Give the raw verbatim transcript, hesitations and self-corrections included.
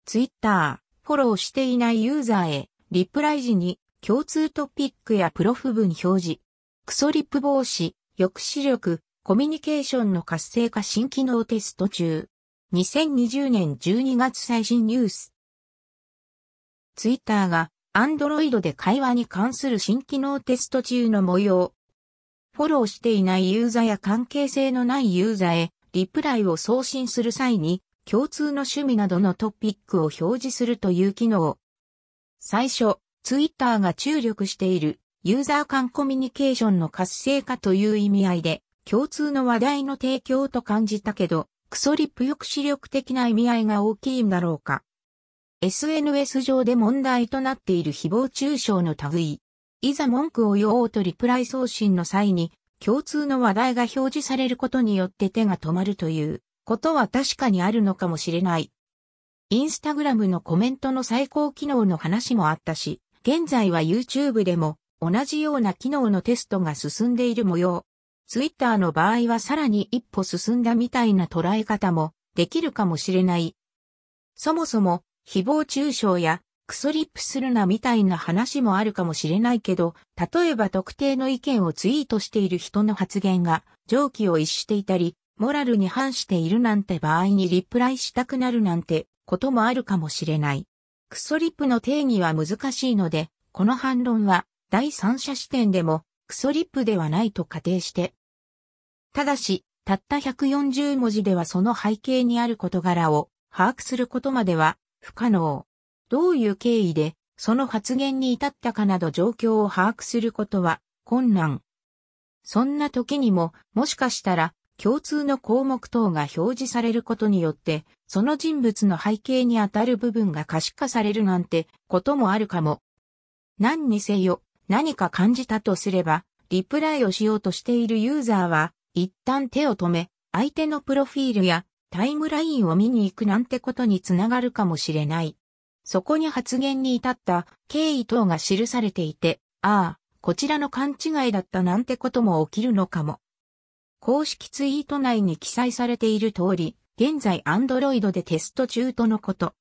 Twitter、フォローしていないユーザーへ、リプライ時に共通トピックやプロフ文表示。クソリップ防止、抑止力、コミュニケーションの活性化新機能テスト中。にせんにじゅうねんじゅうにがつ最新ニュース。Twitter が Android で会話に関する新機能テスト中の模様。フォローしていないユーザーや関係性のないユーザーへリプライを送信する際に共通の趣味などのトピックを表示するという機能。最初、Twitter が注力しているユーザー間コミュニケーションの活性化という意味合いで共通の話題の提供と感じたけど、クソリップ抑止力的な意味合いが大きいんだろうか。エスエヌエス 上で問題となっている誹謗中傷の類。いざ文句を言おうとリプライ送信の際に共通の話題が表示されることによって手が止まるということは確かにあるのかもしれない。インスタグラムのコメントの最高機能の話もあったし、現在は YouTube でも同じような機能のテストが進んでいる模様。Twitter の場合はさらに一歩進んだみたいな捉え方もできるかもしれない。そもそも誹謗中傷やクソリップするなみたいな話もあるかもしれないけど、例えば特定の意見をツイートしている人の発言が常軌を逸していたり、モラルに反しているなんて場合にリプライしたくなるなんてこともあるかもしれない。クソリップの定義は難しいので、この反論は第三者視点でもクソリップではないと仮定して。ただし、たったひゃくよんじゅうもじではその背景にある事柄を把握することまでは不可能。どういう経緯でその発言に至ったかなど状況を把握することは困難。そんな時にももしかしたら共通の項目等が表示されることによってその人物の背景にあたる部分が可視化されるなんてこともあるかも。何にせよ何か感じたとすればリプライをしようとしているユーザーは一旦手を止め相手のプロフィールやタイムラインを見に行くなんてことにつながるかもしれない。そこに発言に至った経緯等が記されていて、ああ、こちらの勘違いだったなんてことも起きるのかも。公式ツイート内に記載されている通り、現在 Android でテスト中とのこと。